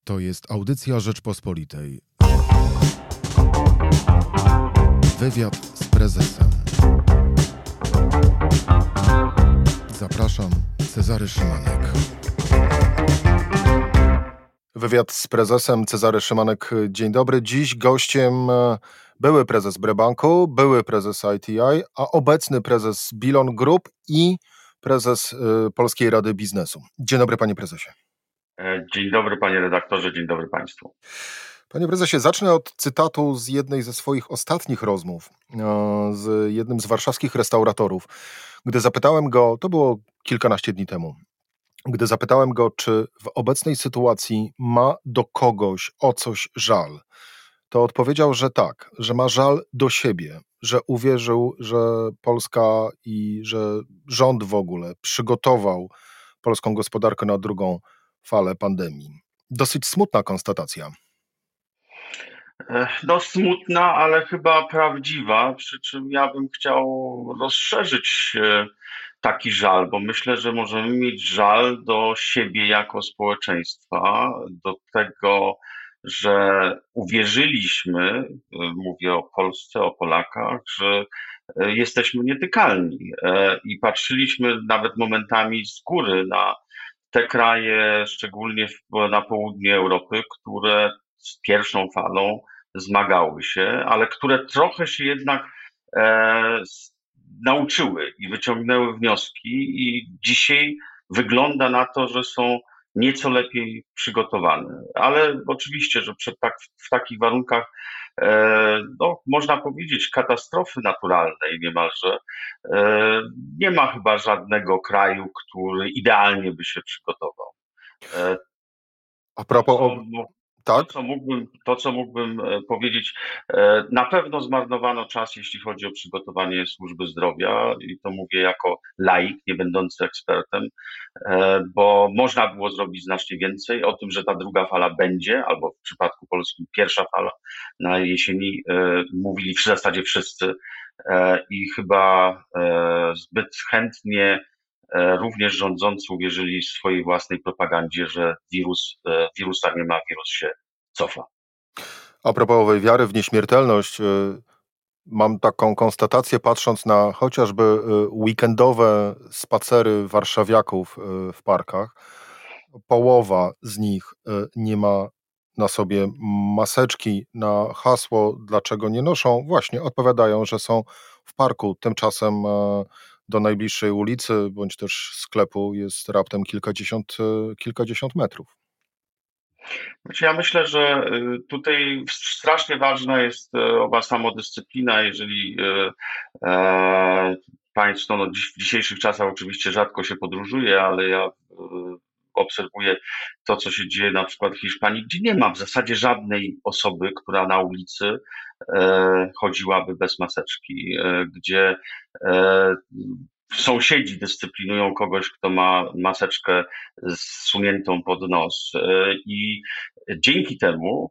To jest audycja Rzeczpospolitej. Wywiad z prezesem. Zapraszam, Cezary Szymanek. Wywiad z prezesem, Cezary Szymanek. Dzień dobry. Dziś gościem były prezes Sberbanku, były prezes ITI, a obecny prezes Bilon Group i prezes Polskiej Rady Biznesu. Dzień dobry, panie prezesie. Dzień dobry, panie redaktorze, dzień dobry państwu. Panie prezesie, zacznę od cytatu z jednej ze swoich ostatnich rozmów z jednym z warszawskich restauratorów. Gdy zapytałem go, to było kilkanaście dni temu, gdy zapytałem go, czy w obecnej sytuacji ma do kogoś o coś żal, to odpowiedział, że tak, że ma żal do siebie, że uwierzył, że Polska i że rząd w ogóle przygotował polską gospodarkę na drugą falę pandemii. Dosyć smutna konstatacja. No smutna, ale chyba prawdziwa, przy czym ja bym chciał rozszerzyć taki żal, bo myślę, że możemy mieć żal do siebie jako społeczeństwa, do tego, że uwierzyliśmy, mówię o Polsce, o Polakach, że jesteśmy nietykalni i patrzyliśmy nawet momentami z góry na te kraje, szczególnie na południe Europy, które z pierwszą falą zmagały się, ale które trochę się jednak nauczyły i wyciągnęły wnioski i dzisiaj wygląda na to, że są nieco lepiej przygotowane. Ale oczywiście, że w takich warunkach no, można powiedzieć katastrofy naturalnej niemalże, nie ma chyba żadnego kraju, który idealnie by się przygotował. A propos tak? To, co mógłbym powiedzieć, na pewno zmarnowano czas, jeśli chodzi o przygotowanie służby zdrowia i to mówię jako laik, nie będący ekspertem, bo można było zrobić znacznie więcej. O tym, że ta druga fala będzie, albo w przypadku polskim pierwsza fala na jesieni, mówili w zasadzie wszyscy i chyba zbyt chętnie również rządzący uwierzyli w swojej własnej propagandzie, że wirusa nie ma, wirus się cofa. A propos owej wiary w nieśmiertelność, mam taką konstatację, patrząc na chociażby weekendowe spacery warszawiaków w parkach. Połowa z nich nie ma na sobie maseczki. Na hasło, dlaczego nie noszą, właśnie odpowiadają, że są w parku. Tymczasem do najbliższej ulicy bądź też sklepu jest raptem kilkadziesiąt metrów. Znaczy ja myślę, że tutaj strasznie ważna jest owa samodyscyplina, jeżeli państwo, no w dzisiejszych czasach oczywiście rzadko się podróżuje, ale ja obserwuję to, co się dzieje na przykład w Hiszpanii, gdzie nie ma w zasadzie żadnej osoby, która na ulicy chodziłaby bez maseczki, gdzie sąsiedzi dyscyplinują kogoś, kto ma maseczkę zsuniętą pod nos i dzięki temu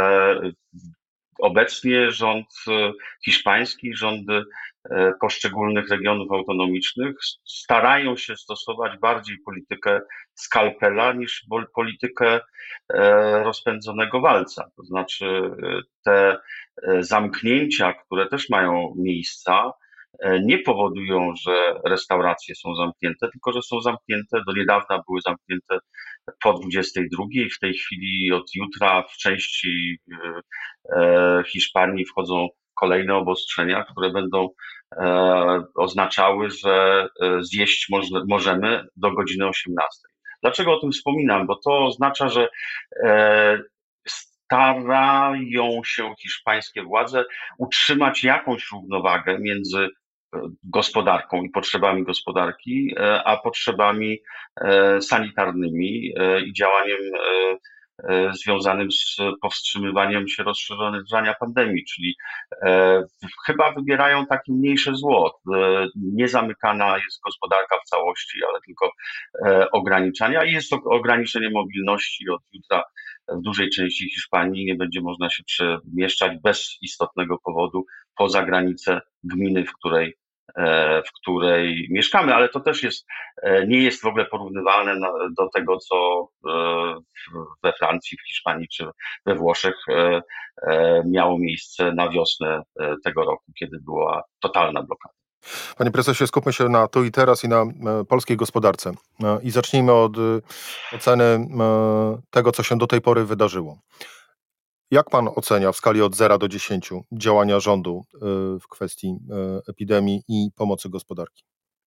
obecnie rząd hiszpański, rządy poszczególnych regionów autonomicznych starają się stosować bardziej politykę skalpela niż politykę rozpędzonego walca. To znaczy te zamknięcia, które też mają miejsca, nie powodują, że restauracje są zamknięte, tylko że są zamknięte, do niedawna były zamknięte po 22. W tej chwili od jutra w części Hiszpanii wchodzą kolejne obostrzenia, które będą oznaczały, że zjeść możemy do godziny 18. Dlaczego o tym wspominam? Bo to oznacza, że starają się hiszpańskie władze utrzymać jakąś równowagę między gospodarką i potrzebami gospodarki, a potrzebami sanitarnymi i działaniem związanym z powstrzymywaniem się rozszerzania pandemii, czyli chyba wybierają takie mniejsze zło. Nie zamykana jest gospodarka w całości, ale tylko ograniczania i jest to ograniczenie mobilności. Od jutra w dużej części Hiszpanii nie będzie można się przemieszczać bez istotnego powodu poza granicę gminy, w której w której mieszkamy, ale to też nie jest w ogóle porównywalne do tego, co we Francji, w Hiszpanii czy we Włoszech miało miejsce na wiosnę tego roku, kiedy była totalna blokada. Panie prezesie, skupmy się na tu i teraz i na polskiej gospodarce. I zacznijmy od oceny tego, co się do tej pory wydarzyło. Jak pan ocenia w skali od 0 do 10 działania rządu w kwestii epidemii i pomocy gospodarki?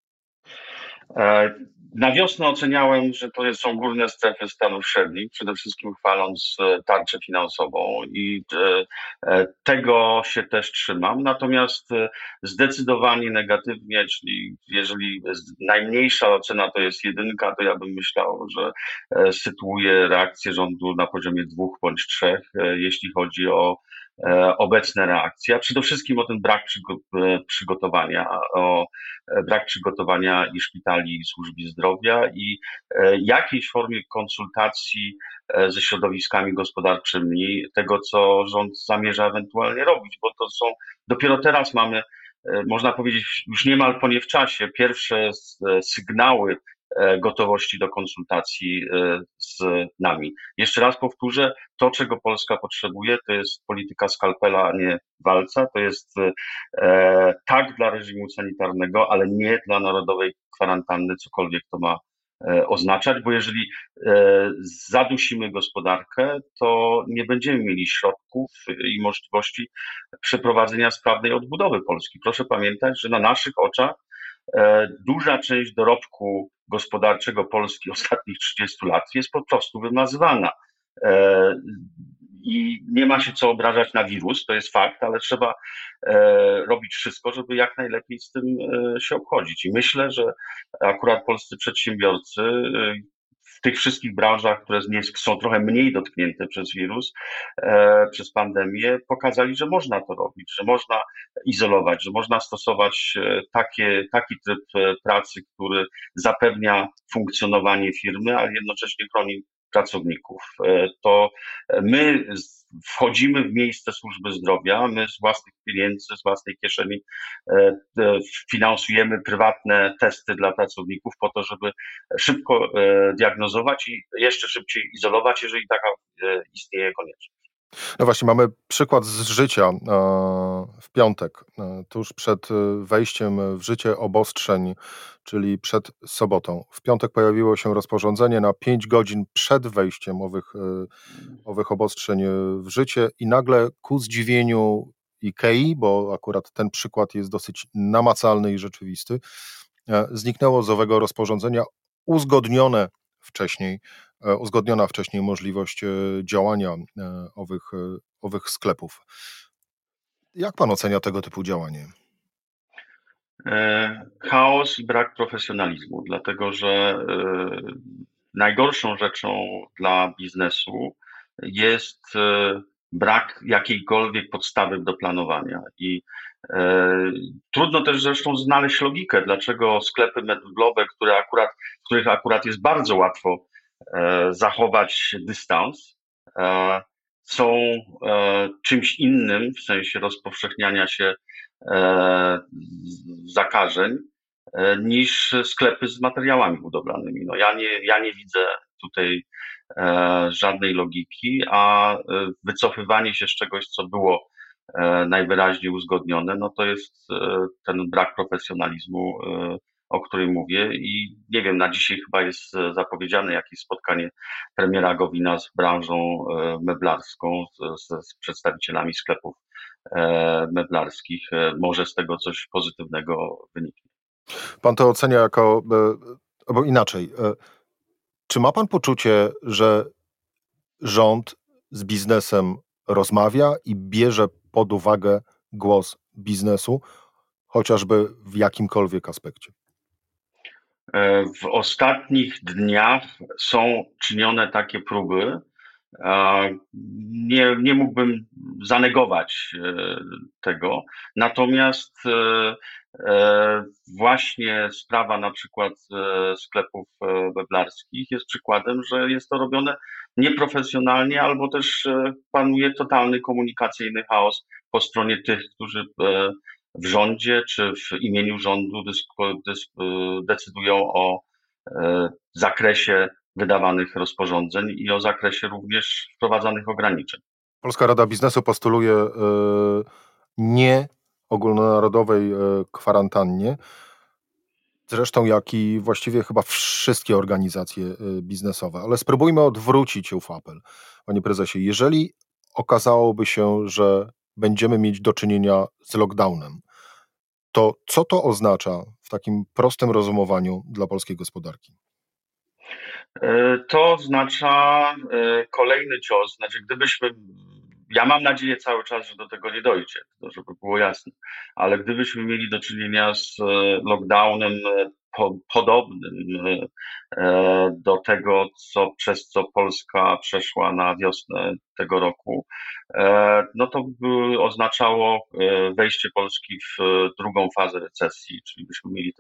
Na wiosnę oceniałem, że to są górne strefy Stanów Średnich, przede wszystkim chwaląc tarczę finansową i tego się też trzymam. Natomiast zdecydowanie negatywnie, czyli jeżeli najmniejsza ocena to jest 1, to ja bym myślał, że sytuuję reakcję rządu na poziomie 2 bądź 3, jeśli chodzi o obecne reakcje, a przede wszystkim o ten brak przygotowania, o brak przygotowania i szpitali, i służby zdrowia i jakiejś formie konsultacji ze środowiskami gospodarczymi tego, co rząd zamierza ewentualnie robić, bo to są, dopiero teraz mamy, można powiedzieć, już niemal po nie w czasie, pierwsze sygnały gotowości do konsultacji z nami. Jeszcze raz powtórzę, to czego Polska potrzebuje, to jest polityka skalpela, a nie walca, to jest tak dla reżimu sanitarnego, ale nie dla narodowej kwarantanny, cokolwiek to ma oznaczać, bo jeżeli zadusimy gospodarkę, to nie będziemy mieli środków i możliwości przeprowadzenia sprawnej odbudowy Polski. Proszę pamiętać, że na naszych oczach duża część dorobku gospodarczego Polski ostatnich 30 lat jest po prostu wymazywana. I nie ma się co obrażać na wirus, to jest fakt, ale trzeba robić wszystko, żeby jak najlepiej z tym się obchodzić. I myślę, że akurat polscy przedsiębiorcy w tych wszystkich branżach, które są trochę mniej dotknięte przez wirus, przez pandemię, pokazali, że można to robić, że można izolować, że można stosować taki tryb pracy, który zapewnia funkcjonowanie firmy, ale jednocześnie chroni pracowników. To my wchodzimy w miejsce służby zdrowia, my z własnych pieniędzy, z własnej kieszeni finansujemy prywatne testy dla pracowników po to, żeby szybko diagnozować i jeszcze szybciej izolować, jeżeli taka istnieje konieczność. No właśnie, mamy przykład z życia w piątek, tuż przed wejściem w życie obostrzeń, czyli przed sobotą. W piątek pojawiło się rozporządzenie na 5 godzin przed wejściem owych obostrzeń w życie i nagle ku zdziwieniu IKEA, bo akurat ten przykład jest dosyć namacalny i rzeczywisty, zniknęło z owego rozporządzenia uzgodnione uzgodniona wcześniej możliwość działania owych sklepów. Jak pan ocenia tego typu działanie? Chaos i brak profesjonalizmu, dlatego że najgorszą rzeczą dla biznesu jest brak jakiejkolwiek podstawy do planowania. I trudno też zresztą znaleźć logikę, dlaczego sklepy meblowe, w których akurat jest bardzo łatwo zachować dystans, są czymś innym w sensie rozpowszechniania się zakażeń niż sklepy z materiałami budowlanymi. No ja nie widzę tutaj żadnej logiki, a wycofywanie się z czegoś, co było najwyraźniej uzgodnione, no to jest ten brak profesjonalizmu, o którym mówię i nie wiem, na dzisiaj chyba jest zapowiedziane jakieś spotkanie premiera Gowina z branżą meblarską, z przedstawicielami sklepów meblarskich. Może z tego coś pozytywnego wyniknie. Pan to ocenia jako, albo inaczej, czy ma pan poczucie, że rząd z biznesem rozmawia i bierze pod uwagę głos biznesu, chociażby w jakimkolwiek aspekcie? W ostatnich dniach są czynione takie próby. Nie mógłbym zanegować tego. Natomiast właśnie sprawa na przykład sklepów meblarskich jest przykładem, że jest to robione nieprofesjonalnie albo też panuje totalny komunikacyjny chaos po stronie tych, którzy w rządzie czy w imieniu rządu decydują o zakresie wydawanych rozporządzeń i o zakresie również wprowadzanych ograniczeń. Polska Rada Biznesu postuluje nie ogólnonarodowej kwarantannie, zresztą jak i właściwie chyba wszystkie organizacje biznesowe. Ale spróbujmy odwrócić ów apel, panie prezesie. Jeżeli okazałoby się, że będziemy mieć do czynienia z lockdownem, to co to oznacza w takim prostym rozumowaniu dla polskiej gospodarki? To oznacza kolejny cios. Znaczy, ja mam nadzieję cały czas, że do tego nie dojdzie, to żeby było jasne, ale gdybyśmy mieli do czynienia z lockdownem podobnym do tego, przez co Polska przeszła na wiosnę tego roku, no to by oznaczało wejście Polski w drugą fazę recesji, czyli byśmy mieli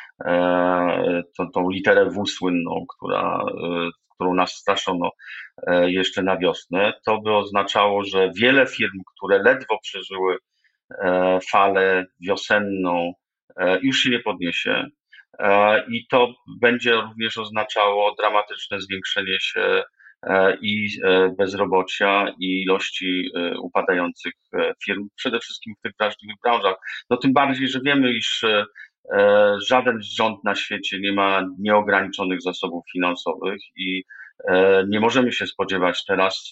tą literę W słynną, którą nas straszono jeszcze na wiosnę. To by oznaczało, że wiele firm, które ledwo przeżyły falę wiosenną, już się nie podniesie. I to będzie również oznaczało dramatyczne zwiększenie się i bezrobocia, i ilości upadających firm, przede wszystkim w tych wrażliwych branżach. No tym bardziej, że wiemy, iż żaden rząd na świecie nie ma nieograniczonych zasobów finansowych i nie możemy się spodziewać teraz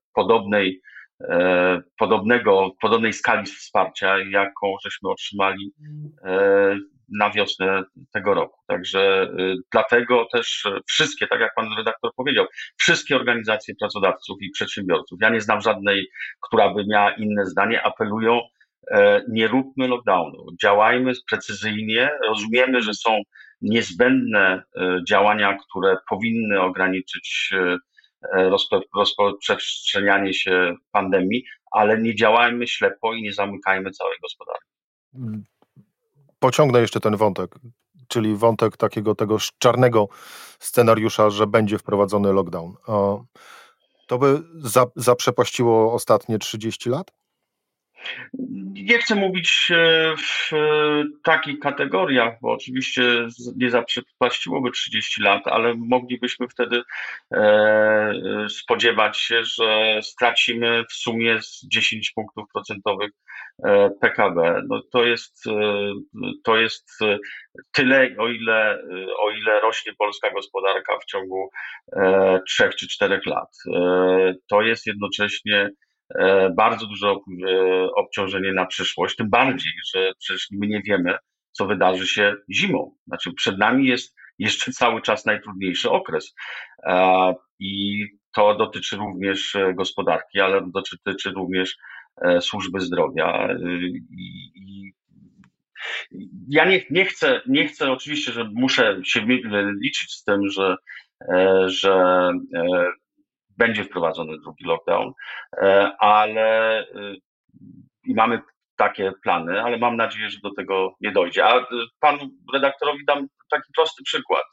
podobnej skali wsparcia, jaką żeśmy otrzymali na wiosnę tego roku. Także dlatego też wszystkie, tak jak pan redaktor powiedział, wszystkie organizacje pracodawców i przedsiębiorców, ja nie znam żadnej, która by miała inne zdanie, apelują: nie róbmy lockdownu, działajmy precyzyjnie, rozumiemy, że są niezbędne działania, które powinny ograniczyć rozprzestrzenianie się pandemii, ale nie działajmy ślepo i nie zamykajmy całej gospodarki. Pociągnę jeszcze ten wątek, czyli wątek tego czarnego scenariusza, że będzie wprowadzony lockdown. To by zaprzepaściło ostatnie 30 lat? Nie chcę mówić w takich kategoriach, bo oczywiście nie zaprzepaściłoby 30 lat, ale moglibyśmy wtedy spodziewać się, że stracimy w sumie z 10 punktów procentowych PKB. No to jest tyle, o ile rośnie polska gospodarka w ciągu 3 czy 4 lat. To jest jednocześnie bardzo duże obciążenie na przyszłość, tym bardziej, że przecież my nie wiemy, co wydarzy się zimą. Znaczy, przed nami jest jeszcze cały czas najtrudniejszy okres. I to dotyczy również gospodarki, ale dotyczy również służby zdrowia. I ja nie chcę oczywiście, że muszę się liczyć z tym, że będzie wprowadzony drugi lockdown, ale i mamy takie plany, ale mam nadzieję, że do tego nie dojdzie. A panu redaktorowi dam taki prosty przykład.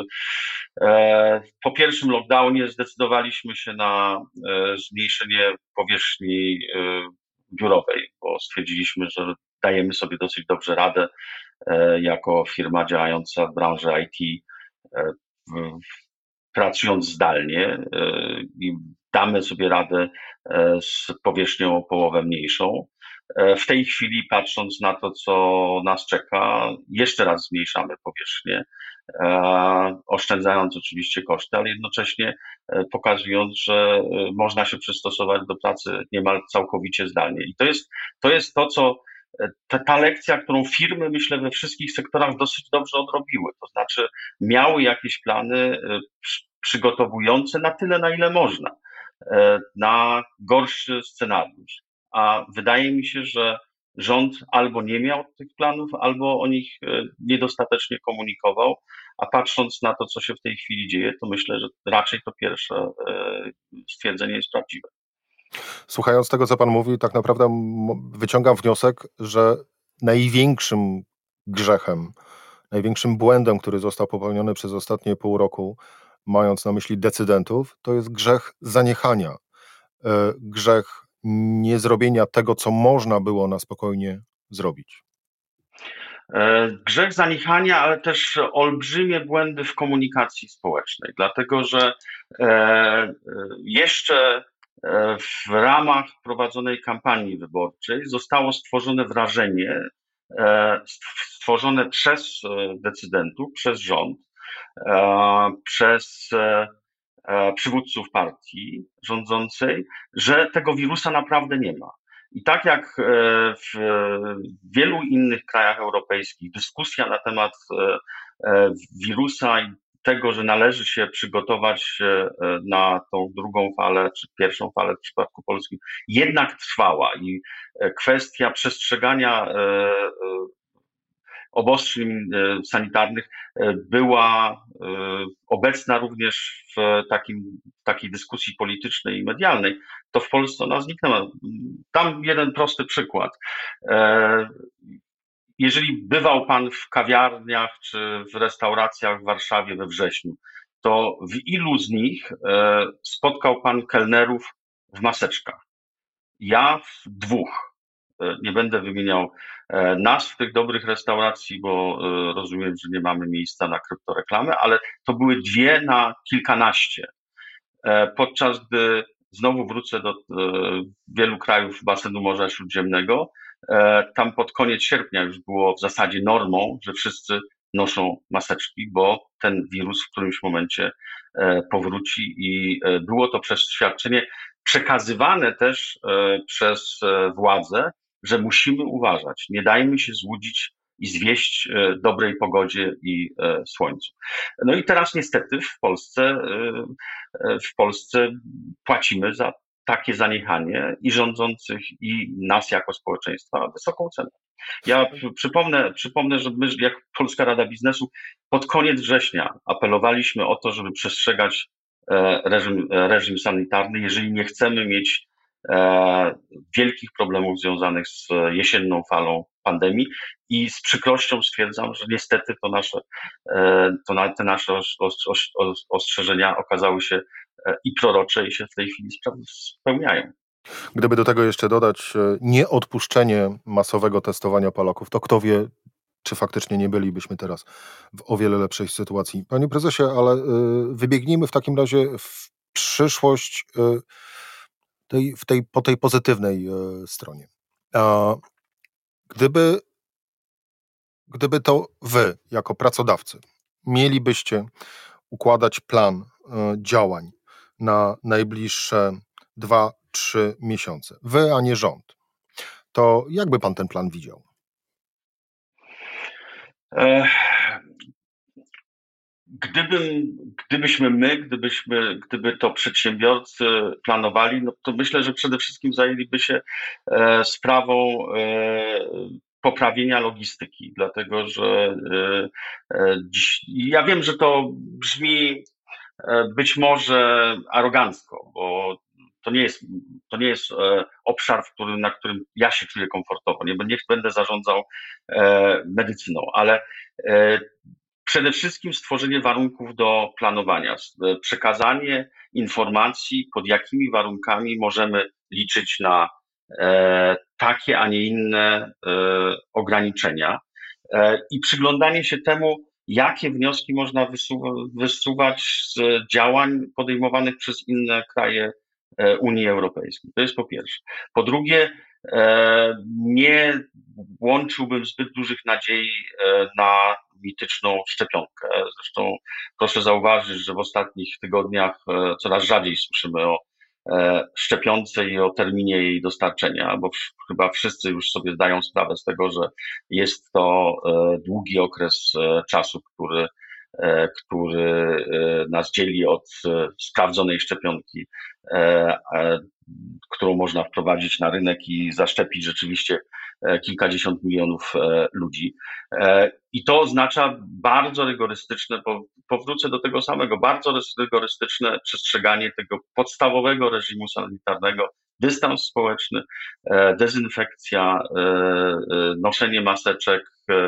Po pierwszym lockdownie zdecydowaliśmy się na zmniejszenie powierzchni biurowej, bo stwierdziliśmy, że dajemy sobie dosyć dobrze radę jako firma działająca w branży IT, pracując zdalnie, i damy sobie radę z powierzchnią o połowę mniejszą. W tej chwili, patrząc na to, co nas czeka, jeszcze raz zmniejszamy powierzchnię, oszczędzając oczywiście koszty, ale jednocześnie pokazując, że można się przystosować do pracy niemal całkowicie zdalnie. I to jest to, co ta lekcja, którą firmy, myślę, we wszystkich sektorach dosyć dobrze odrobiły. To znaczy, miały jakieś plany przygotowujące na tyle, na ile można, na gorszy scenariusz. A wydaje mi się, że rząd albo nie miał tych planów, albo o nich niedostatecznie komunikował, a patrząc na to, co się w tej chwili dzieje, to myślę, że raczej to pierwsze stwierdzenie jest prawdziwe. Słuchając tego, co pan mówi, tak naprawdę wyciągam wniosek, że największym grzechem, największym błędem, który został popełniony przez ostatnie pół roku, mając na myśli decydentów, to jest grzech zaniechania, grzech niezrobienia tego, co można było na spokojnie zrobić. Grzech zaniechania, ale też olbrzymie błędy w komunikacji społecznej, dlatego że jeszcze w ramach prowadzonej kampanii wyborczej zostało stworzone wrażenie, stworzone przez decydentów, przez rząd, przez przywódców partii rządzącej, że tego wirusa naprawdę nie ma. I tak jak w wielu innych krajach europejskich dyskusja na temat wirusa i tego, że należy się przygotować na tą drugą falę, czy pierwszą falę w przypadku polskim, jednak trwała i kwestia przestrzegania obostrzeń sanitarnych była obecna również w takiej dyskusji politycznej i medialnej, to w Polsce ona zniknęła. Dam jeden prosty przykład. Jeżeli bywał pan w kawiarniach czy w restauracjach w Warszawie we wrześniu, to w ilu z nich spotkał pan kelnerów w maseczkach? Ja w dwóch. Nie będę wymieniał nazw tych dobrych restauracji, bo rozumiem, że nie mamy miejsca na kryptoreklamy, ale to były 2 na kilkanaście. Podczas gdy znowu wrócę do wielu krajów basenu Morza Śródziemnego, tam pod koniec sierpnia już było w zasadzie normą, że wszyscy noszą maseczki, bo ten wirus w którymś momencie powróci i było to przeświadczenie przekazywane też przez władze, że musimy uważać, nie dajmy się złudzić i zwieść dobrej pogodzie i słońcu. No i teraz niestety w Polsce płacimy za takie zaniechanie i rządzących, i nas jako społeczeństwa wysoką cenę. Ja przypomnę, że my, jak Polska Rada Biznesu, pod koniec września apelowaliśmy o to, żeby przestrzegać reżim sanitarny, jeżeli nie chcemy mieć wielkich problemów związanych z jesienną falą pandemii i z przykrością stwierdzam, że niestety te nasze ostrzeżenia okazały się i prorocze i się w tej chwili spełniają. Gdyby do tego jeszcze dodać nieodpuszczenie masowego testowania Polaków, to kto wie, czy faktycznie nie bylibyśmy teraz w o wiele lepszej sytuacji. Panie prezesie, ale wybiegnijmy w takim razie w przyszłość po tej pozytywnej stronie. Gdyby to wy, jako pracodawcy, mielibyście układać plan działań na najbliższe 2-3 miesiące, wy, a nie rząd, to jakby pan ten plan widział? Gdyby to przedsiębiorcy planowali, no to myślę, że przede wszystkim zajęliby się sprawą poprawienia logistyki, dlatego że ja wiem, że to brzmi być może arogancko, bo to nie jest obszar, na którym ja się czuję komfortowo. Nie będę zarządzał medycyną, ale przede wszystkim stworzenie warunków do planowania, przekazanie informacji, pod jakimi warunkami możemy liczyć na takie, a nie inne ograniczenia i przyglądanie się temu, jakie wnioski można wysuwać z działań podejmowanych przez inne kraje Unii Europejskiej. To jest po pierwsze. Po drugie, nie łączyłbym zbyt dużych nadziei na mityczną szczepionkę. Zresztą proszę zauważyć, że w ostatnich tygodniach coraz rzadziej słyszymy o szczepionce i o terminie jej dostarczenia, bo chyba wszyscy już sobie zdają sprawę z tego, że jest to długi okres czasu, który nas dzieli od sprawdzonej szczepionki, którą można wprowadzić na rynek i zaszczepić rzeczywiście kilkadziesiąt milionów ludzi. I to oznacza bardzo rygorystyczne, powrócę do tego samego, bardzo rygorystyczne przestrzeganie tego podstawowego reżimu sanitarnego, dystans społeczny, dezynfekcja, noszenie maseczek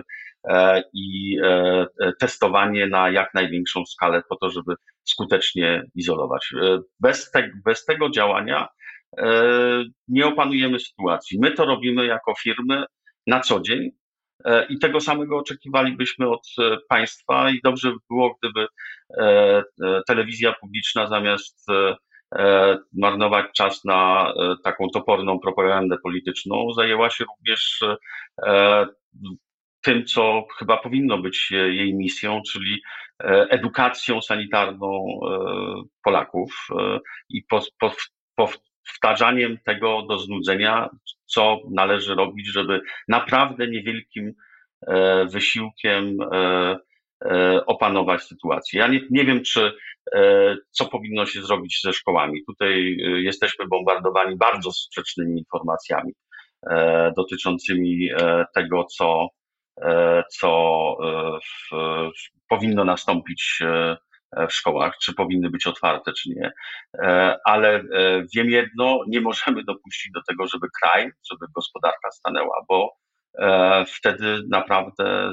i testowanie na jak największą skalę po to, żeby skutecznie izolować. Bez tego działania nie opanujemy sytuacji. My to robimy jako firmy na co dzień, I tego samego oczekiwalibyśmy od państwa i dobrze by było, gdyby telewizja publiczna zamiast marnować czas na taką toporną propagandę polityczną, zajęła się również tym, co chyba powinno być jej misją, czyli edukacją sanitarną Polaków i powtarzaniem tego do znudzenia, co należy robić, żeby naprawdę niewielkim wysiłkiem opanować sytuację. Ja nie wiem, co powinno się zrobić ze szkołami. Tutaj jesteśmy bombardowani bardzo sprzecznymi informacjami dotyczącymi tego, co powinno nastąpić w szkołach, czy powinny być otwarte, czy nie. Ale wiem jedno, nie możemy dopuścić do tego, żeby gospodarka stanęła, bo wtedy naprawdę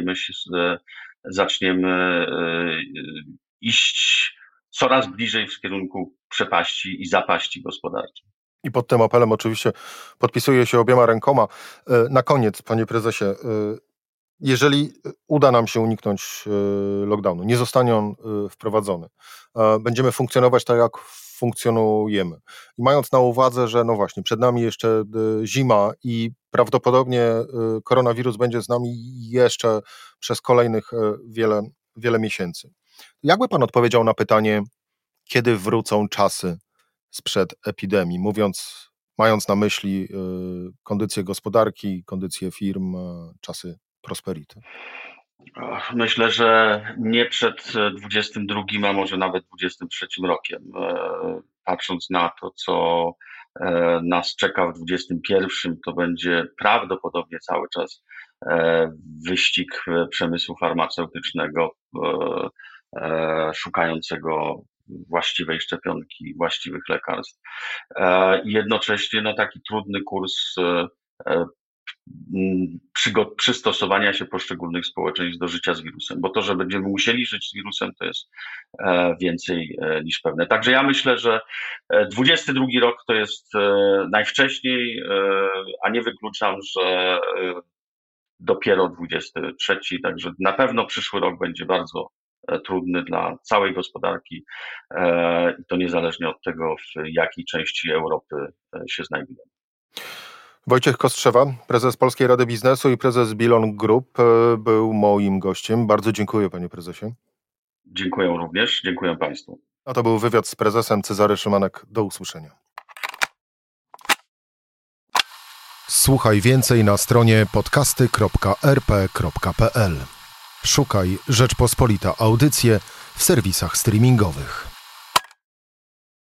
zaczniemy iść coraz bliżej w kierunku przepaści i zapaści gospodarczej. I pod tym apelem oczywiście podpisuję się obiema rękoma. Na koniec, panie prezesie, jeżeli uda nam się uniknąć lockdownu, nie zostanie on wprowadzony, będziemy funkcjonować tak, jak funkcjonujemy. I mając na uwadze, że no właśnie, przed nami jeszcze zima i prawdopodobnie koronawirus będzie z nami jeszcze przez kolejnych wiele miesięcy. Jakby pan odpowiedział na pytanie, kiedy wrócą czasy sprzed epidemii, mając na myśli kondycję gospodarki, kondycję firm, czasy prosperity? Myślę, że nie przed 22, a może nawet 23 rokiem. Patrząc na to, co nas czeka w 21, to będzie prawdopodobnie cały czas wyścig przemysłu farmaceutycznego szukającego właściwej szczepionki, właściwych lekarstw. I jednocześnie taki trudny kurs przystosowania się poszczególnych społeczeństw do życia z wirusem, bo to, że będziemy musieli żyć z wirusem, to jest więcej niż pewne. Także ja myślę, że 22 rok to jest najwcześniej, a nie wykluczam, że dopiero 23, także na pewno przyszły rok będzie bardzo trudny dla całej gospodarki i to niezależnie od tego, w jakiej części Europy się znajdujemy. Wojciech Kostrzewa, prezes Polskiej Rady Biznesu i prezes Bilon Group był moim gościem. Bardzo dziękuję, panie prezesie. Dziękuję również, dziękuję państwu. A to był wywiad z prezesem. Cezary Szymanek. Do usłyszenia. Słuchaj więcej na stronie podcasty.rp.pl. Szukaj Rzeczpospolita Audycje w serwisach streamingowych.